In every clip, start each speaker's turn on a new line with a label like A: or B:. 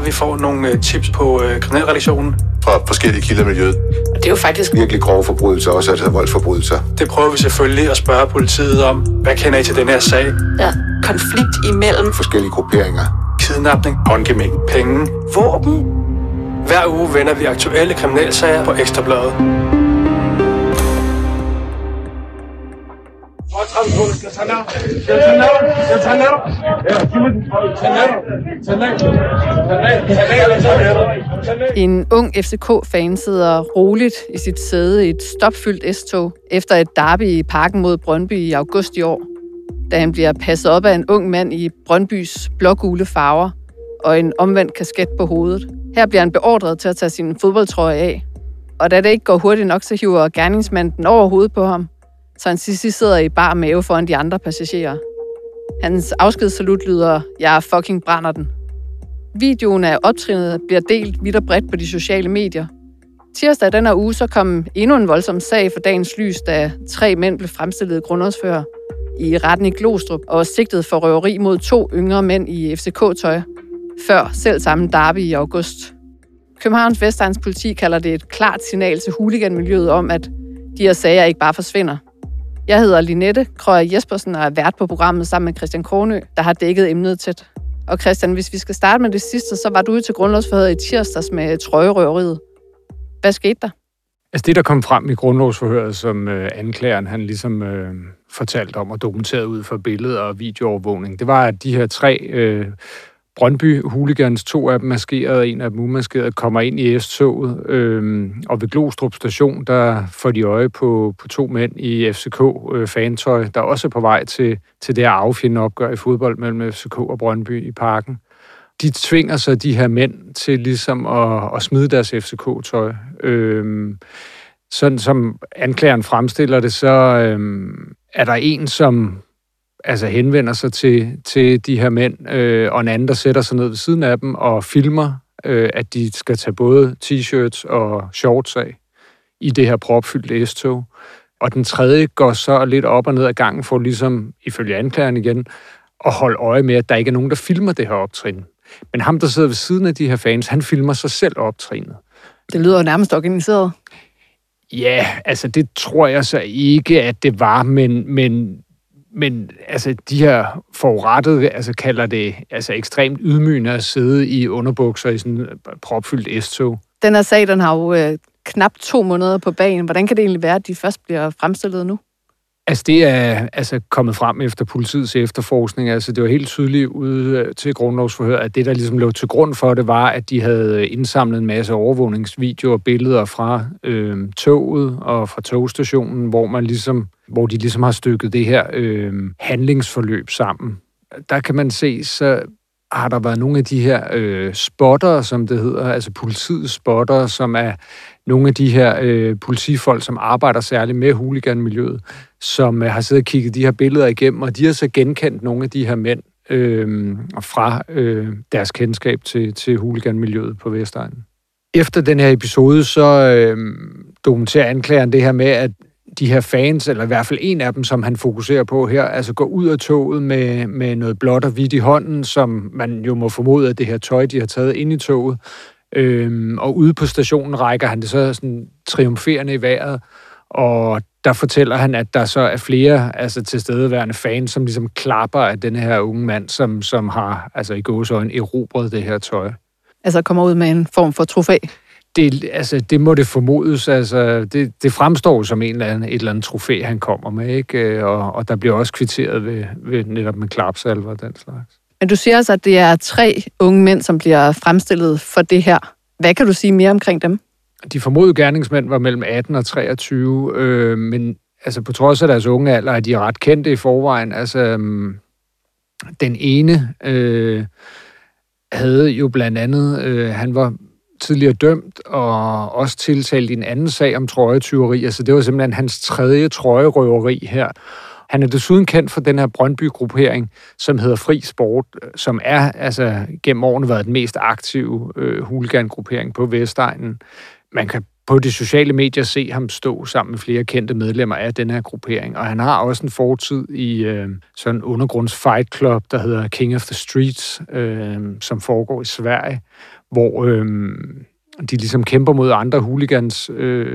A: vi får nogle tips på kriminalredaktionen.
B: Fra forskellige kilder i miljøet.
C: Og det er jo faktisk
B: virkelig grove forbrydelser, også altså voldsforbrydelser.
A: Det prøver vi selvfølgelig at spørge politiet om. Hvad kender I til den her sag?
C: Der konflikt imellem
B: forskellige grupperinger.
A: Kidnapning, håndgemæng, penge, våben. Hver uge vender vi aktuelle kriminalsager på Ekstra Bladet.
D: En ung FCK-fan sidder roligt i sit sæde i et stopfyldt S-tog efter et derby i Parken mod Brøndby i august i år, da han bliver passet op af en ung mand i Brøndbys blågule farver og en omvendt kasket på hovedet. Her bliver han beordret til at tage sin fodboldtrøje af, og da det ikke går hurtigt nok, så hiver gerningsmanden den over hovedet på ham, så han sidder i bar mave foran de andre passagerer. Hans afskedssalut lyder, jeg fucking brænder den. Videoen af optrinet bliver delt vidt og bredt på de sociale medier. Tirsdag den her uge så kom endnu en voldsom sag for dagens lys, da 3 mænd blev fremstillet grundlovsfører i retten i Glostrup og sigtet for røveri mod 2 yngre mænd i FCK-tøj, før selv samme derby i august. Københavns Vestegns politi kalder det et klart signal til hooliganmiljøet om, at de her sager ikke bare forsvinder. Jeg hedder Linette Krøyer Jespersen og er vært på programmet sammen med Christian Kornø, der har dækket emnet tæt. Og Christian, hvis vi skal starte med det sidste, så var du ude til grundlovsforhøret i tirsdags med trøjerøveriet. Hvad skete der?
E: Altså det, der kom frem i grundlovsforhøret, som anklageren han ligesom fortalte om og dokumenterede ud fra billeder og videoovervågning, det var, at de her 3 Brøndby-hooligans, 2 af dem maskeret og en af dem umaskeret, kommer ind i S-toget, og ved Glostrup station, der får de øje på 2 mænd i FCK-fantøj, der også er på vej til det her affjendende opgør i fodbold mellem FCK og Brøndby i Parken. De tvinger så de her mænd til ligesom at smide deres FCK-tøj. Sådan som anklageren fremstiller det, så er der en, som henvender sig til de her mænd, og en anden, der sætter sig ned ved siden af dem og filmer, at de skal tage både t-shirts og shorts af i det her propfyldte S-tog. Og den tredje går så lidt op og ned ad gangen for ligesom, ifølge anklageren igen, at holde øje med, at der ikke er nogen, der filmer det her optrin. Men ham, der sidder ved siden af de her fans, han filmer sig selv optrinet.
D: Det lyder jo nærmest organiseret.
E: Ja, altså det tror jeg så ikke, at det var, men altså, de her forurettede kalder det ekstremt ydmygende at sidde i underbukser i sådan et propfyldt S-tog.
D: Den her sag, den har jo knap 2 måneder på bagen. Hvordan kan det egentlig være, at de først bliver fremstillet nu?
E: Altså, det er kommet frem efter politiets efterforskning. Altså, det var helt tydeligt ude til grundlovsforhør, at det, der ligesom lå til grund for det, var, at de havde indsamlet en masse overvågningsvideoer og billeder fra toget og fra togstationen, hvor de ligesom har stykket det her handlingsforløb sammen. Der kan man se, så har der været nogle af de her spottere, som det hedder, altså politiets spottere, som er nogle af de her politifolk, som arbejder særligt med hooliganmiljøet, som har siddet og kigget de her billeder igennem, og de har så genkendt nogle af de her mænd fra deres kendskab til hooliganmiljøet på Vestegnen. Efter den her episode, så dokumenterer anklageren det her med, at de her fans, eller i hvert fald en af dem, som han fokuserer på her, altså går ud af toget med noget blåt og hvidt i hånden, som man jo må formode, at det her tøj, de har taget ind i toget. Og ude på stationen rækker han det så sådan triumferende i vejret, og der fortæller han, at der så er flere tilstedeværende fans, som ligesom klapper af den her unge mand, som har i gåseøjne erobret det her tøj.
D: Altså kommer ud med en form for trofæ?
E: Det må det formodes. Det fremstår som et eller andet trofæ, han kommer med, ikke? Og der bliver også kvitteret ved netop med klapsalver og den slags.
D: Men du siger altså, at det er 3 unge mænd, som bliver fremstillet for det her. Hvad kan du sige mere omkring dem?
E: De formodede gerningsmænd var mellem 18 og 23, men på trods af deres unge alder er de ret kendte i forvejen. Den ene havde jo blandt andet, han var tidligere dømt og også tiltalt i en anden sag om trøjetyveri. Altså det var simpelthen hans 3. trøjerøveri her. Han er desuden kendt for den her Brøndby-gruppering, som hedder Fri Sport, som er gennem årene været den mest aktive hooligan-gruppering på Vestegnen. Man kan på de sociale medier se ham stå sammen med flere kendte medlemmer af den her gruppering. Og han har også en fortid i sådan en undergrunds fight club, der hedder King of the Streets, som foregår i Sverige, hvor de ligesom kæmper mod andre hooligans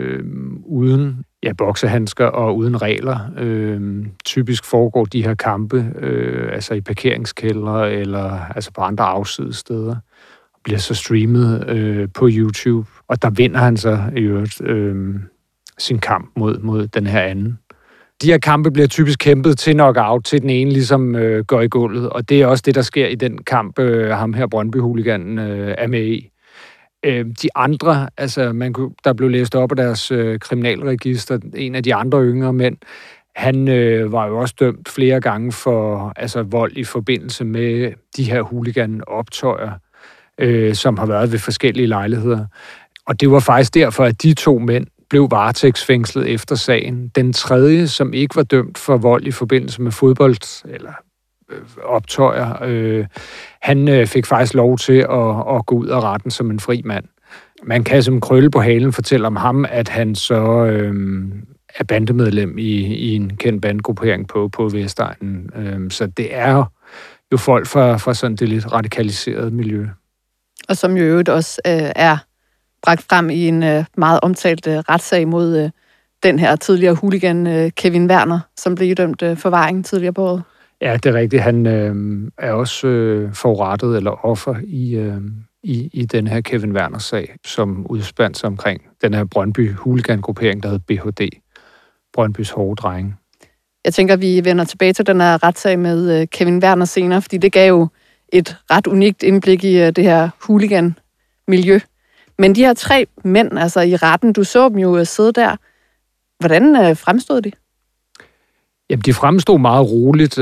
E: uden boksehandsker og uden regler. Typisk foregår de her kampe altså i parkeringskældre eller altså på andre afsides steder. Bliver så streamet på YouTube, og der vinder han så i øvrigt sin kamp mod den her anden. De her kampe bliver typisk kæmpet til knockout, til den ene ligesom går i gulvet, og det er også det, der sker i den kamp, ham her Brøndby-hooliganen er med i. De andre, altså der blev læst op af deres kriminalregister, en af de andre yngre mænd, han var jo også dømt flere gange for vold i forbindelse med de her hooligan-optøjer, som har været ved forskellige lejligheder. Og det var faktisk derfor, at de 2 mænd blev varetægtsfængslet efter sagen. Den tredje, som ikke var dømt for vold i forbindelse med fodbold eller optøjer, han fik faktisk lov til at gå ud af retten som en fri mand. Man kan som krølle på halen fortælle om ham, at han så er bandemedlem i en kendt bandegruppering på Vestegnen. Så det er jo folk fra sådan det lidt radikaliserede miljø. Og
D: som jo øvrigt også er bragt frem i en meget omtalt retssag mod den her tidligere hooligan Kevin Werner, som blev idømt forvaring tidligere på året. Ja, det er rigtigt. Han er også forurettet eller offer i den her Kevin Werner-sag, som udspandt sig omkring den her Brøndby hooligan-gruppering, der hed BHD, Brøndbys hårde drenge. Jeg tænker, vi vender tilbage til den her retssag med Kevin Werner senere, fordi det gav jo et ret unikt indblik i det her hooligan-miljø. Men de her 3 mænd, altså i retten, du så dem jo sidde der. Hvordan fremstod de? Jamen, de fremstod meget roligt.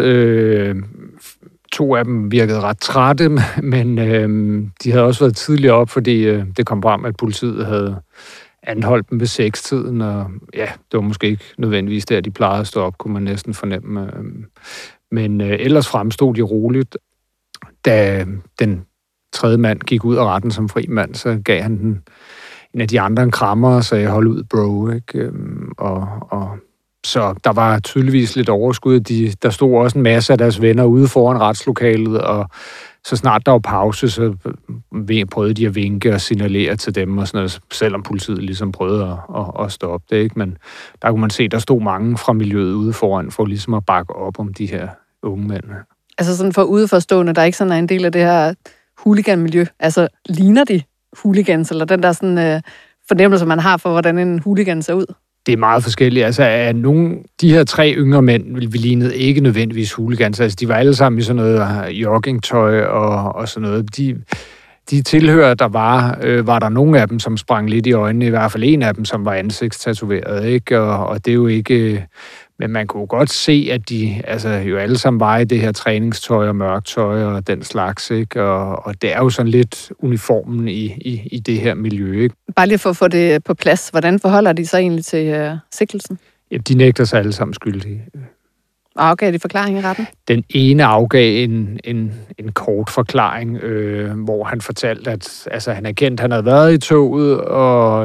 D: 2 af dem virkede ret trætte, men de havde også været tidligere op, fordi det kom frem, at politiet havde anholdt dem ved 6-tiden, og ja, det var måske ikke nødvendigvis der, de plejede at stå op, kunne man næsten fornemme. Men ellers fremstod de roligt. Da den tredje mand gik ud af retten som fri mand, så gav han en af de andre en krammer og sagde, hold ud, bro, ikke? Og så der var tydeligvis lidt overskud. Der stod også en masse af deres venner ude foran retslokalet, og så snart der var pause, så prøvede de at vinke og signalere til dem, og sådan noget, selvom politiet ligesom prøvede at stoppe det, ikke? Men der kunne man se, der stod mange fra miljøet ude foran, for ligesom at bakke op om de her unge mænd. Altså sådan for udeforstående, der ikke sådan er en del af det her hooligan-miljø. Altså ligner de hooligans, eller den der sådan fornemmelse, man har for, hvordan en hooligan ser ud? Det er meget forskelligt. Altså, de her 3 yngre mænd vi lignede ikke nødvendigvis hooligans. Altså, de var alle sammen i sådan noget joggingtøj og sådan noget. De tilhører, der var der nogle af dem, som sprang lidt i øjnene. I hvert fald en af dem, som var ansigtstatoveret, ikke? Og det er jo ikke... Men man kunne godt se, at de jo alle sammen var i det her træningstøj og mørktøj og den slags, ikke? Og det er jo sådan lidt uniformen i det her miljø, ikke? Bare lige for at få det på plads, hvordan forholder de sig egentlig til sigtelsen? Ja, de nægter sig alle sammen skyldige. Og afgav de forklaring i retten? Den ene afgav en kort forklaring, hvor han fortalte, at han erkendte, at han havde været i toget, og...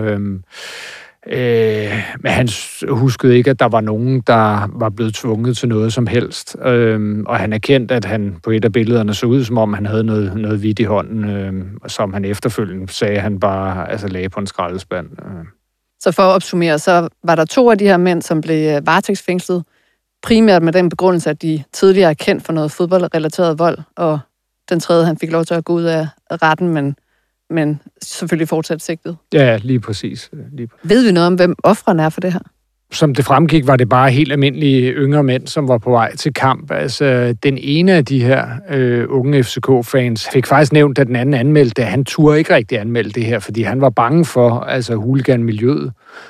D: men han huskede ikke, at der var nogen, der var blevet tvunget til noget som helst. Og han erkendte, at han på et af billederne så ud, som om han havde noget hvidt i hånden, som han efterfølgende sagde, han bare lagde på en skraldespand. Så for at opsummere, så var der 2 af de her mænd, som blev varetægtsfængslet, primært med den begrundelse, at de tidligere er kendt for noget fodboldrelateret vold, og den tredje, han fik lov til at gå ud af retten, men selvfølgelig fortsat sigtet. Ja, lige præcis. Ved vi noget om, hvem ofrene er for det her? Som det fremgik, var det bare helt almindelige yngre mænd, som var på vej til kamp. Altså, den ene af de her unge FCK-fans fik faktisk nævnt, at den anden anmeldte det. Han turde ikke rigtig anmelde det her, fordi han var bange for hooligan-miljøet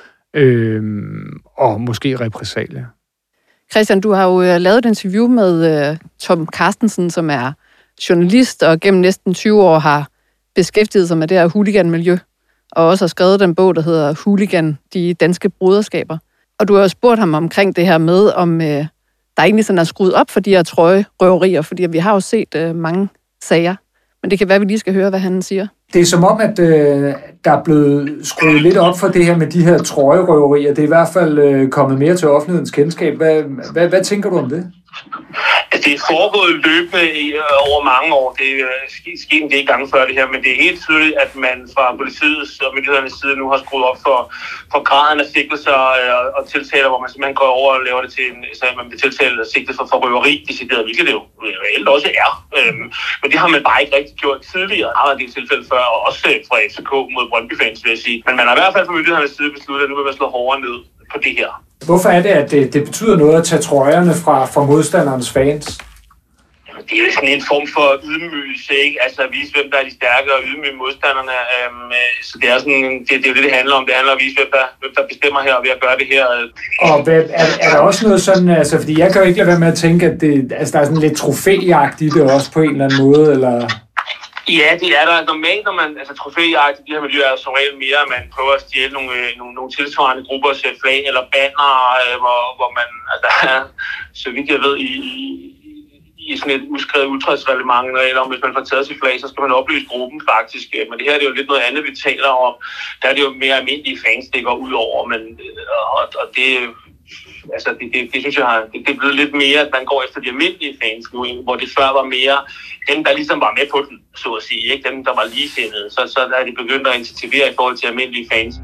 D: og måske repressalier. Christian, du har jo lavet et interview med Tom Carstensen, som er journalist og gennem næsten 20 år har beskæftiget sig med det her hooligan-miljø, og også har skrevet den bog, der hedder Hooligan, de danske broderskaber. Og du har jo spurgt ham omkring det her med, om der egentlig sådan er skruet op for de her trøjerøverier, fordi vi har jo set mange sager. Men det kan være, at vi lige skal høre, hvad han siger.
E: Det er som om, at der er blevet skruet lidt op for det her med de her trøjerøverier. Det er i hvert fald kommet mere til offentlighedens kendskab. Hvad tænker du om det?
F: Det er foregået løbende over mange år. Det er sket en del gange før det her, men det er helt tydeligt, at man fra politiets og myndighedernes side nu har skruet op for graden af sigtelser og tiltaler, hvor man simpelthen går over og laver det til så man bliver tiltalt og sigtet for røveri, decideret, hvilket det jo reelt også er. Men det har man bare ikke rigtig gjort tidligere. Der har været en del tilfælde før, og også fra FCK mod Brøndby-fans, vil jeg sige. Men man har i hvert fald fra myndighedernes side besluttet, at nu vil man slå hårdere ned på det her.
E: Hvorfor er det, at det betyder noget at tage trøjerne fra modstanderens fans?
F: Det er jo sådan en form for ydmygelse, ikke? Altså at vise, hvem der er de stærke og ydmyge modstanderne. Så det er sådan, det er jo det handler om. Det handler om at vise, hvem der bestemmer her og ved at gøre det her.
E: Og er der også noget sådan, altså fordi jeg kan jo ikke lade være med at tænke, at der er sådan lidt trofæjagt i det også på en eller anden måde, eller...
F: Ja, det er der. Normalt, når man, altså trofæjagt i de her miljøer, er som regel mere, at man prøver at stjæle nogle tilsvarende grupper og sætte flag eller banner, hvor man, altså, så vidt jeg ved, i sådan et uskrevet udtrædsreglement, eller om hvis man får taget sit flag, så skal man opløse gruppen faktisk. Men det her det er jo lidt noget andet, vi taler om. Der er det jo mere almindelige fans, det går ud over, men, og det... Altså, det synes jeg, det er blevet lidt mere, at man går efter de almindelige fans nu, hvor det før var mere dem, der ligesom var med på den, så at sige, ikke? Dem, der var ligesindede. Så der er de begyndt at intensivere i forhold til almindelige fans.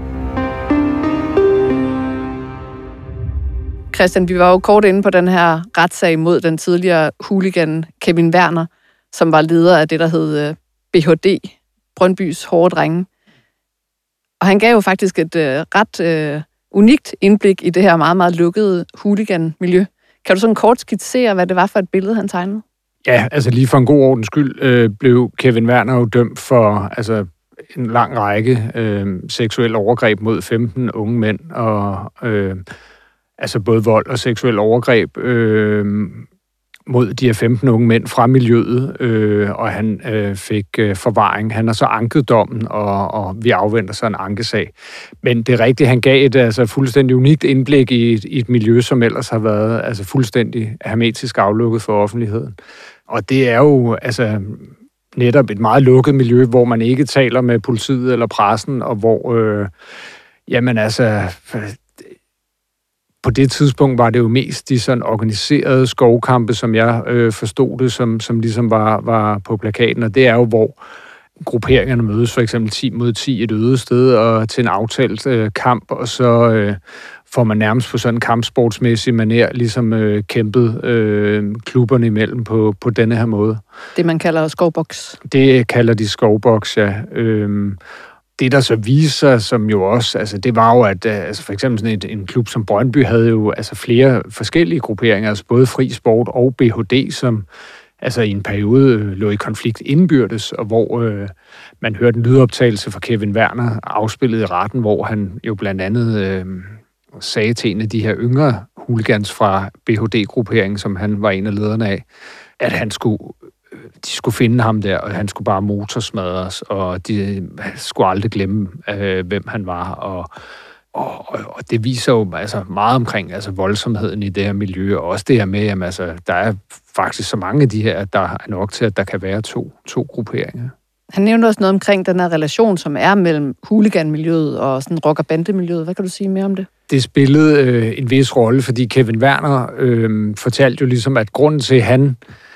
D: Christian, vi var jo kort inde på den her retssag mod den tidligere hooligan Kevin Werner, som var leder af det, der hed BHD, Brøndbys hårde drenge. Og han gav jo faktisk et ret unikt indblik i det her meget, meget lukkede hooligan-miljø. Kan du sådan kort skitsere, hvad det var for et billede, han tegnede?
E: Ja, altså lige for en god ordens skyld blev Kevin Werner jo dømt for altså, en lang række seksuelle overgreb mod 15 unge mænd, og altså både vold og seksuel overgreb mod de her 15 unge mænd fra miljøet, og han fik forvaring. Han har så anket dommen, og vi afventer så en ankesag. Men det er rigtigt, han gav et altså, fuldstændig unikt indblik i et miljø, som ellers har været altså, fuldstændig hermetisk aflukket for offentligheden. Og det er jo altså, netop et meget lukket miljø, hvor man ikke taler med politiet eller pressen, og hvor jamen altså... På det tidspunkt var det jo mest de sådan organiserede skovkampe, som jeg forstod det, som ligesom var på plakaten. Og det er jo, hvor grupperingerne mødes, for eksempel 10 mod 10 et øde sted, og til en aftalt kamp, og så får man nærmest på sådan en kampsportsmæssig manér ligesom kæmpet klubberne imellem på denne her måde.
D: Det, man kalder skovboks.
E: Det kalder de skovboks, ja. Det, der så viser, som jo også, altså det var jo, at altså for eksempel sådan en klub som Brøndby havde jo altså flere forskellige grupperinger, altså både Fri Sport og BHD, som altså i en periode lå i konflikt indbyrdes, og hvor man hørte en lydoptagelse fra Kevin Werner afspillet i retten, hvor han jo blandt andet sagde til en af de her yngre hooligans fra BHD-grupperingen, som han var en af lederne af, at de skulle finde ham der, og han skulle bare motorsmadres, og de skulle aldrig glemme, hvem han var. Og det viser jo altså meget omkring altså voldsomheden i det her miljø, og også det her med, at altså, der er faktisk så mange af de her, der er nok til, at der kan være to grupperinger.
D: Han nævnte også noget omkring den her relation, som er mellem hooligan-miljøet og sådan rock- og bandemiljøet. Hvad kan du sige mere om det?
E: Det spillede en vis rolle, fordi Kevin Werner fortalte jo ligesom, at grunden til, at han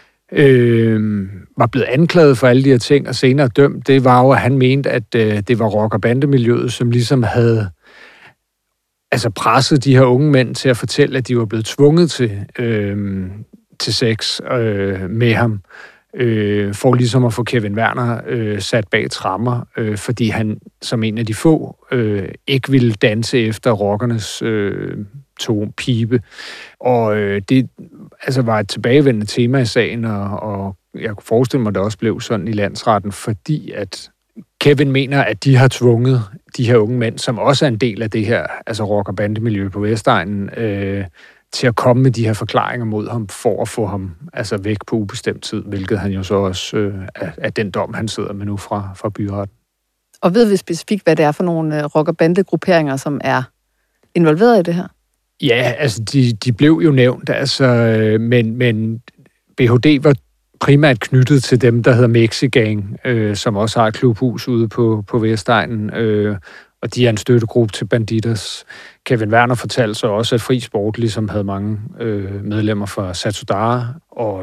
E: var blevet anklaget for alle de her ting, og senere dømt, det var jo, at han mente, at det var rock- og bandemiljøet, som ligesom havde altså presset de her unge mænd til at fortælle, at de var blevet tvunget til sex med ham, for ligesom at få Kevin Werner sat bag tremmer, fordi han som en af de få ikke ville danse efter rockernes pibe. Og det altså var et tilbagevendende tema i sagen, og jeg kunne forestille mig, at det også blev sådan i landsretten, fordi at Kevin mener, at de har tvunget de her unge mænd, som også er en del af det her altså rock- og bandemiljø på Vestegnen, til at komme med de her forklaringer mod ham, for at få ham altså væk på ubestemt tid, hvilket han jo så også er den dom, han sidder med nu fra byretten.
D: Og ved vi specifikt, hvad det er for nogle rock- og bandegrupperinger, som er involveret i det her? Ja,
E: altså de blev jo nævnt, altså, men BHD var primært knyttet til dem, der hedder Mexigang, som også har et klubhus ude på Vestegnen, og de er en støttegruppe til Bandidos. Kevin Werner fortalte så også, at Fri Sport ligesom havde mange medlemmer fra Satudarah, og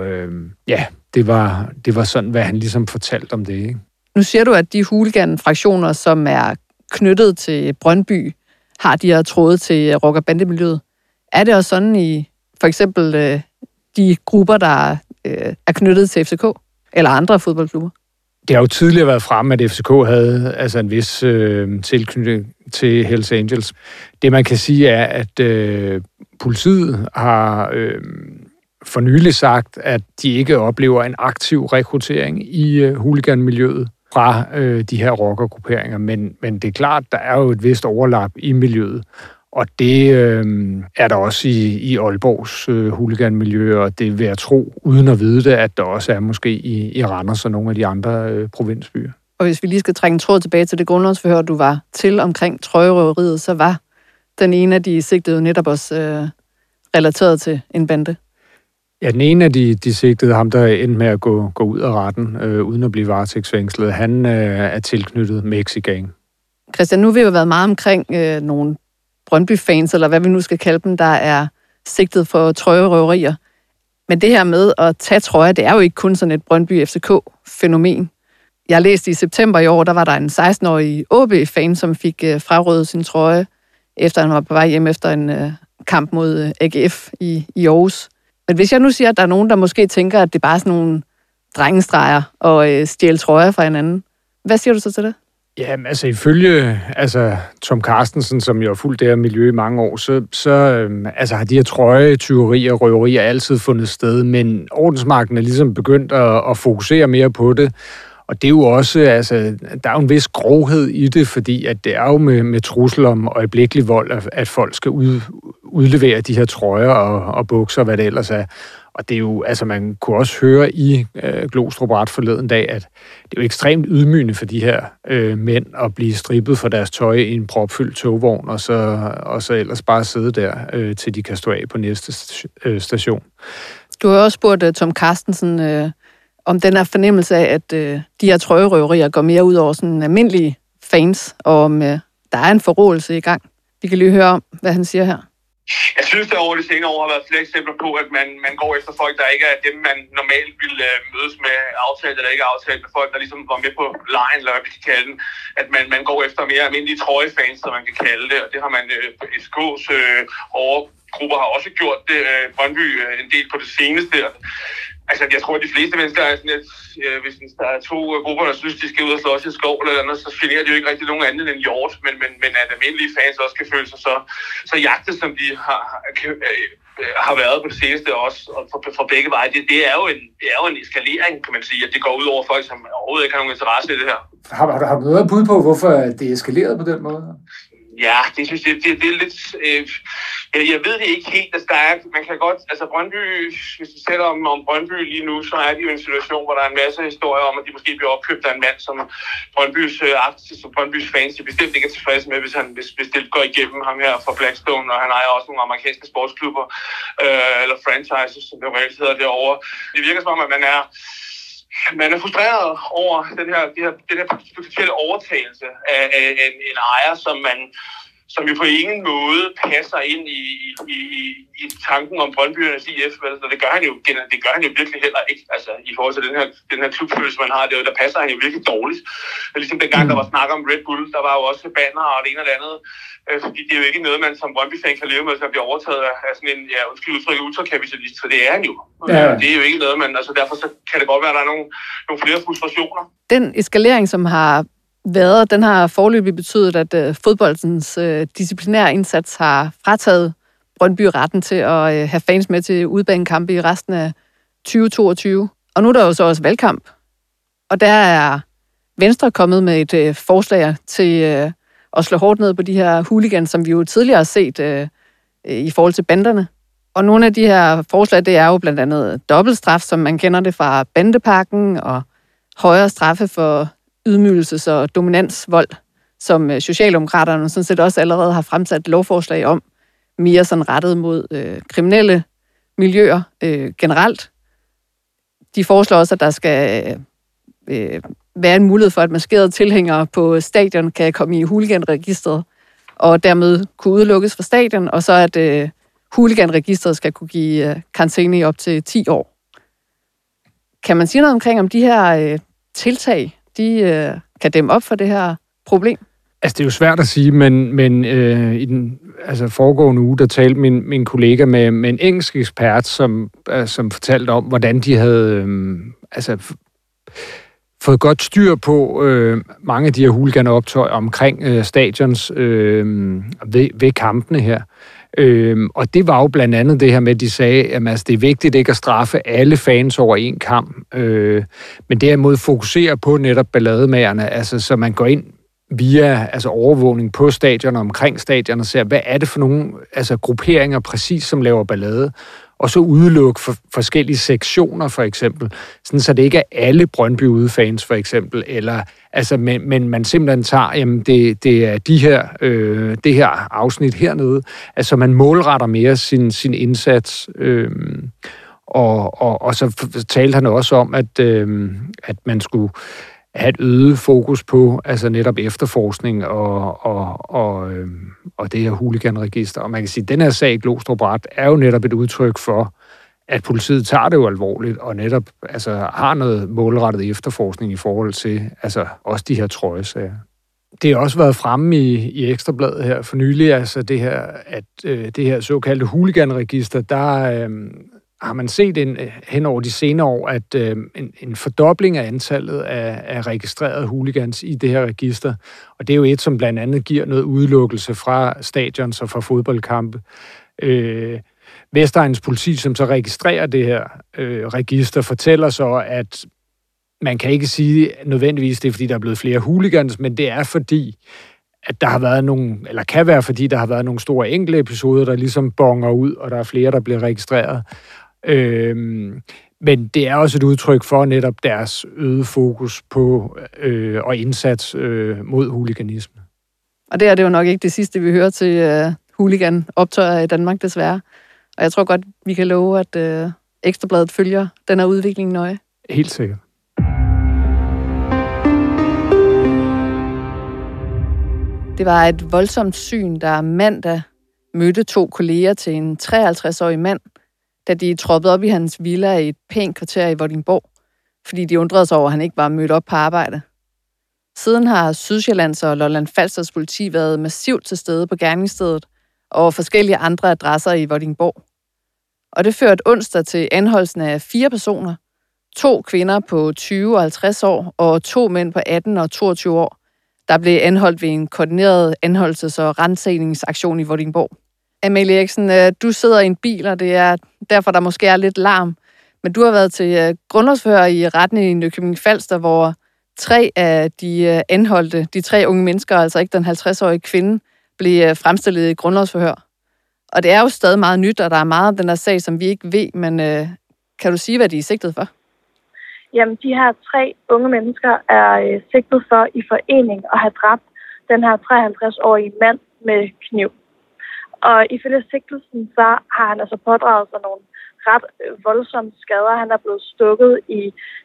E: det var sådan, hvad han ligesom fortalte om det, ikke?
D: Nu siger du, at de hooligan-fraktioner, som er knyttet til Brøndby, har de her tråde til rock- og bandemiljøet. Er det også sådan i for eksempel de grupper, der er knyttet til FCK eller andre fodboldklubber?
E: Det har jo tidligere været fremme, at FCK havde altså en vis tilknytning til Hells Angels. Det man kan sige er, at politiet har for nylig sagt, at de ikke oplever en aktiv rekruttering i hooliganmiljøet fra de her rockergrupperinger, men det er klart, der er jo et vist overlap i miljøet, og det er der også i Aalborgs hooliganmiljø, og det vil jeg tro, uden at vide det, at der også er måske i Randers og nogle af de andre provinsbyer.
D: Og hvis vi lige skal trække en tråd tilbage til det grundlovsforhør, du var til omkring trøjerøveriet, så var den ene af de sigtede netop også relateret til en bande.
E: Ja, den ene af de sigtede, ham der endte med at gå ud af retten, uden at blive varetægtsfængslet, han er tilknyttet Mexigang.
D: Christian, nu har vi jo været meget omkring nogle Brøndby-fans, eller hvad vi nu skal kalde dem, der er sigtet for trøjerøverier. Men det her med at tage trøjer, det er jo ikke kun sådan et Brøndby-FCK-fænomen. Jeg læste i september i år, der var der en 16-årig OB-fan, som fik frarøvet sin trøje, efter han var på vej hjem efter en kamp mod AGF i Aarhus. Men hvis jeg nu siger, at der er nogen, der måske tænker, at det er bare sådan nogle drengestreger og stjæle trøjer fra hinanden, hvad siger du så til det?
E: Jamen, altså ifølge Tom Carstensen, som jo har fulgt det her miljø i mange år, så har de her trøjetyverier og røverier altid fundet sted, men ordensmagten er ligesom begyndt at fokusere mere på det. Og det er jo også, der er jo en vis grovhed i det, fordi at det er jo med trussel om øjeblikkelig vold, at folk skal udlevere de her trøjer og bukser, hvad det ellers er. Og det er jo, man kunne også høre i Glostrup ret forleden dag, at det er jo ekstremt ydmygende for de her mænd at blive strippet for deres tøj i en propfyldt togvogn, og så ellers bare sidde der, til de kan stå af på næste station. Du har også spurgt Tom Carstensen om den her fornemmelse af, at de her trøjerøverier går mere ud over sådan almindelige fans, og om der er en forrådelse i gang. Vi kan lige høre om, hvad han siger her.
F: Jeg synes, der over de senere år har været flere eksempler på, at man går efter folk, der ikke er dem, man normalt ville mødes med aftalt eller ikke aftalt med folk, der ligesom var med på lejen, eller hvad vi kan kalde den. At man går efter mere almindelige trøjefans, som man kan kalde det, og det har man SK's overgrupper har også gjort det. Brøndby en del på det seneste. Altså, jeg tror, at de fleste mennesker er sådan, at hvis der er to grupper, der synes, de skal ud og slås i skov eller andet, så generer de jo ikke rigtig nogen andet end hjort, men at almindelige fans også kan føle sig så jagtet, som de har været på det seneste også, og fra begge veje. Det er jo en eskalering, kan man sige, at det går ud over folk, som overhovedet ikke har nogen interesse i det her.
E: Har du noget bud på, hvorfor det er eskaleret på den måde?
F: Ja, det synes jeg, det er lidt... jeg ved det ikke helt. Man kan godt... Altså Brøndby, hvis vi sætter om Brøndby lige nu, så er det jo en situation, hvor der er en masse historier om, at de måske bliver opkøbt af en mand, som Brøndbys fans de bestemt ikke er tilfredse med, hvis det går igennem ham her fra Blackstone, og han ejer også nogle amerikanske sportsklubber, eller franchises, som det jo reelt hedder derovre. Det virker som om, at man er frustreret over den her potentielle overtagelse af en ejer, som jo på ingen måde passer ind i tanken om Brøndbyernes IF. Og det gør han jo virkelig heller ikke. Altså i forhold til den her klubfølelse, man har, der passer han jo virkelig dårligt. Ligesom dengang, der var snak om Red Bull, der var jo også banner og det ene og det andet. Fordi det er jo ikke noget, man som Brøndby-fan kan leve med, så bliver overtaget af sådan en, ultrakapitalist, for det er han jo. Ja. Det er jo ikke noget, derfor så kan det godt være, at der er nogle flere frustrationer.
D: Den eskalering, som har været, den har foreløbig betydet, at fodboldens disciplinære indsats har frataget Brøndby retten til at have fans med til udbanekampe i resten af 2022. Og nu er der jo så også valgkamp. Og der er Venstre kommet med et forslag til at slå hårdt ned på de her hooligans, som vi jo tidligere har set i forhold til banderne. Og nogle af de her forslag, det er jo blandt andet dobbeltstraf, som man kender det fra bandepakken, og højere straffe for ydmygelses- og dominansvold, som Socialdemokraterne sådan set også allerede har fremsat lovforslag om, mere sådan rettet mod kriminelle miljøer generelt. De foreslår også, at der skal være en mulighed for, at maskerede tilhængere på stadion kan komme i hooliganregistret, og dermed kunne udelukkes fra stadion, og så at hooliganregistret skal kunne give karantæne i op til 10 år. Kan man sige noget omkring, om de her tiltag, de kan dæmme op for det her problem?
E: Altså, det er jo svært at sige, men i den foregående uge, der talte min kollega med en engelsk ekspert, som fortalte om, hvordan de havde fået godt styr på mange af de her hooliganoptøjer omkring stadions ved kampene her. Og det var jo blandt andet det her med, at de sagde, at det er vigtigt ikke at straffe alle fans over en kamp, men derimod fokusere på netop ballademagerne, altså så man går ind via overvågning på stadion og omkring stadion og ser, hvad er det for nogle grupperinger præcis, som laver ballade, og så udelukke forskellige sektioner, for eksempel, sådan så det ikke er alle Brøndby udefans, for eksempel, eller, men man simpelthen tager, jamen, det er det her afsnit hernede, altså man målretter mere sin indsats, og så talte han også om, at man skulle have et øget fokus på netop efterforskning og det her hooliganregister. Og man kan sige, at den her sag i Glostrupret er jo netop et udtryk for, at politiet tager det jo alvorligt, og netop har noget målrettet efterforskning i forhold til også de her trøjesager. Det har også været fremme i Ekstrabladet her for nylig, det her såkaldte hooliganregister, der har man set hen over de senere år, at en fordobling af antallet af registrerede hooligans i det her register. Og det er jo et, som blandt andet giver noget udelukkelse fra stadions og fra fodboldkampe. Vestegnens politi, som så registrerer det her register, fortæller så, at man kan ikke sige nødvendigvis, det er fordi, der er blevet flere hooligans, men det er fordi, at der har været kan være fordi, der har været nogle store enkelte episoder, der ligesom bonger ud, og der er flere, der bliver registreret. Men det er også et udtryk for netop deres øgede fokus på og indsats mod hooliganisme.
D: Og det er det jo nok ikke det sidste, vi hører til hooligan-optøjer i Danmark, desværre. Og jeg tror godt, vi kan love, at Ekstrabladet følger den her udvikling nøje.
E: Helt sikkert.
D: Det var et voldsomt syn, der mandag mødte 2 kolleger til en 53-årig mand, da de troppede op i hans villa i et pænt kvarter i Vordingborg, fordi de undrede sig over, at han ikke var mødt op på arbejde. Siden har Sydsjællands og Lolland-Falsters politi været massivt til stede på gerningsstedet og forskellige andre adresser i Vordingborg. Og det førte onsdag til anholdelsen af 4 personer, 2 kvinder på 20 og 50 år og 2 mænd på 18 og 22 år, der blev anholdt ved en koordineret anholdelses- og ransagningsaktion i Vordingborg. Amalie Eriksen, du sidder i en bil, og det er derfor, der måske er lidt larm. Men du har været til grundlovsforhør i retten i Nykøbing Falster, hvor 3 af de anholdte, de 3 unge mennesker, altså ikke den 50-årige kvinde, blev fremstillet i grundlovsforhør. Og det er jo stadig meget nyt, og der er meget af den her sag, som vi ikke ved, men kan du sige, hvad de er sigtet for?
G: Jamen, de her 3 unge mennesker er sigtet for i forening at have dræbt den her 53-årige mand med kniv. Og ifølge sigtelsen, så har han altså pådraget sig nogle ret voldsomme skader. Han er blevet stukket i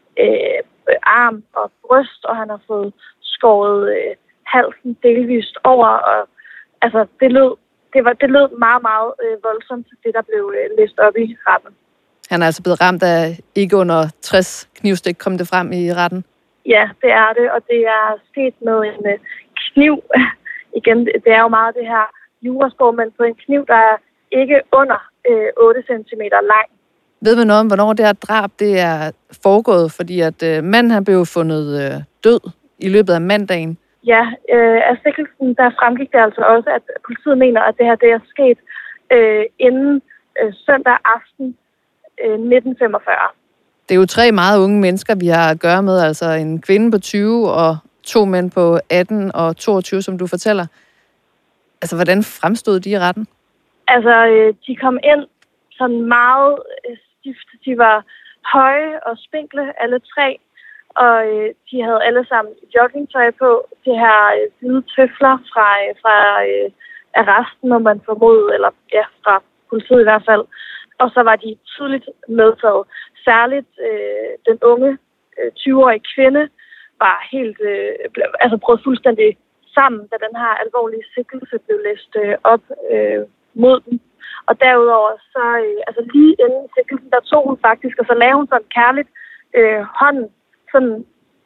G: arm og bryst, og han har fået skåret halsen delvist over. Og altså, det lød meget, meget voldsomt, det der blev læst op i retten.
D: Han er altså blevet ramt af ikke under 60 knivstik, kom det frem i retten?
G: Ja, det er det, og det er sket med en kniv. Igen, det er jo meget det her jurasprog, men på en kniv, der er ikke under 8 cm lang.
D: Ved man noget om, hvornår det her drab det er foregået? Fordi at manden han blev fundet død i løbet af mandagen. Ja,
G: af sigtelsen, der fremgik det altså også, at politiet mener, at det her det er sket inden søndag aften 1945.
D: Det er jo 3 meget unge mennesker, vi har at gøre med, altså en kvinde på 20 og 2 mænd på 18 og 22, som du fortæller. Altså, hvordan fremstod de i retten?
G: Altså, de kom ind sådan meget stift. De var høje og spinkle, alle 3. Og de havde alle sammen joggingtøj på. Det her hvide tøfler fra arresten, når man formodet, eller ja, fra politiet i hvert fald. Og så var de tydeligt medtaget. Særligt den unge 20-årige kvinde var helt brød fuldstændig sammen, da den her alvorlige sigtelse blev læst op mod dem. Og derudover, så lige inden sigtelsen, der tog hun faktisk, og så lavede hun sådan kærligt hånden sådan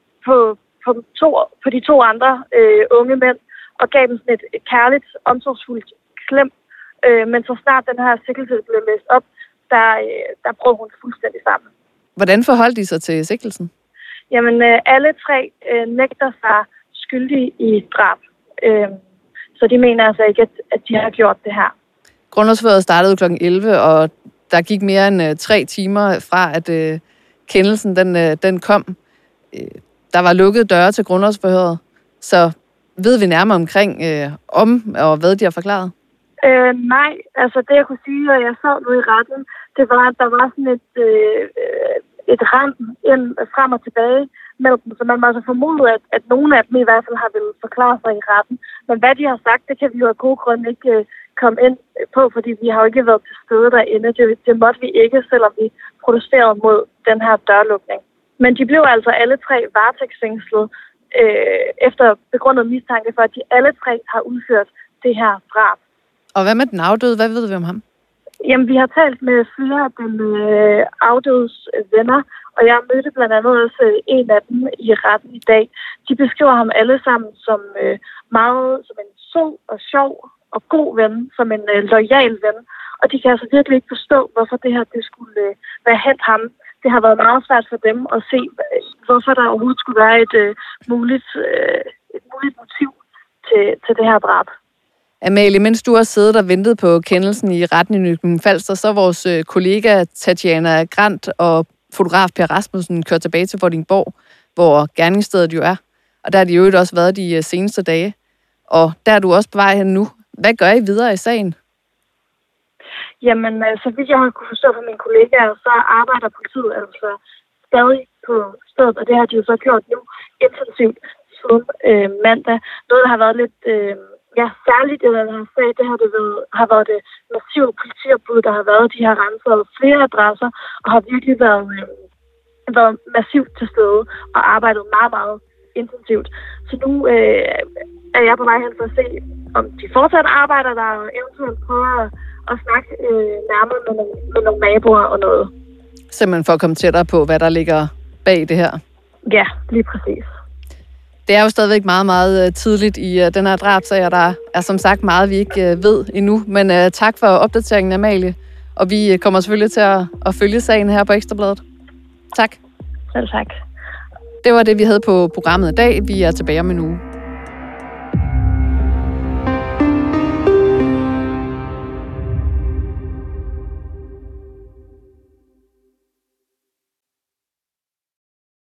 G: på de to andre unge mænd, og gav dem sådan et kærligt, omsorgsfuldt klem. Men så snart den her sigtelse blev læst op, der brød hun fuldstændig sammen.
D: Hvordan forholdt de sig til sigtelsen?
G: Jamen, alle tre nægter sig skyldige i drab. Så de mener altså ikke, at de har gjort det her.
D: Grundlovsforhøret startede kl. 11, og der gik mere end 3 timer fra, at kendelsen den kom. Der var lukkede døre til grundlovsforhøret, så ved vi nærmere omkring om og hvad de har forklaret?
G: Nej, altså det jeg kunne sige, og jeg sad nu i retten, det var, at der var sådan et rand ind frem og tilbage mellem dem, så man må altså formode, at nogle af dem i hvert fald har ville forklare sig i retten. Men hvad de har sagt, det kan vi jo af gode grunde ikke komme ind på, fordi vi har jo ikke været til stede derinde. Det måtte vi ikke, selvom vi protesterede mod den her dørlukning. Men de blev altså alle tre varetægtsfængslet efter begrundet mistanke for, at de alle tre har udført det her drab.
D: Og hvad med den afdøde? Hvad ved vi om ham?
G: Jamen, vi har talt med flere af den afdødes venner, og jeg mødte blandt andet også en af dem i retten i dag. De beskriver ham alle sammen som meget som en sød og sjov og god ven, som en loyal ven. Og de kan altså virkelig ikke forstå, hvorfor det her det skulle være hent ham. Det har været meget svært for dem at se, hvorfor der overhovedet skulle være et muligt motiv til det her drab.
D: Amalie, mens du har siddet og ventet på kendelsen i retten i Nykøbing Falster, så vores kollega Tatjana Grant og fotograf Per Rasmussen kørt tilbage til Vordingborg, hvor gerningsstedet jo er. Og der har de jo også været de seneste dage. Og der er du også på vej hen nu. Hvad gør I videre i sagen?
G: Jamen, så vidt jeg har kunne forstå fra mine kollegaer, så arbejder politiet altså stadig på stedet, og det har de jo så gjort nu intensivt siden mandag. Noget, der har været lidt særligt i den her sag, det har været det massive politiopbud, der har været. De har renset flere adresser og har virkelig været massivt til stede og arbejdet meget, meget intensivt. Så nu er jeg på vej hen for at se, om de fortsat arbejder der, og eventuelt prøver at snakke nærmere med nogle naboer og noget.
D: Simpelthen for at komme tættere på, hvad der ligger bag det her?
G: Ja, lige præcis.
D: Det er jo stadigvæk meget, meget tidligt i den her drabsag, og der er som sagt meget, vi ikke ved endnu. Men tak for opdateringen, Amalie. Og vi kommer selvfølgelig til at følge sagen her på Ekstra Bladet. Tak.
G: Selv tak.
D: Det var det, vi havde på programmet i dag. Vi er tilbage om en uge.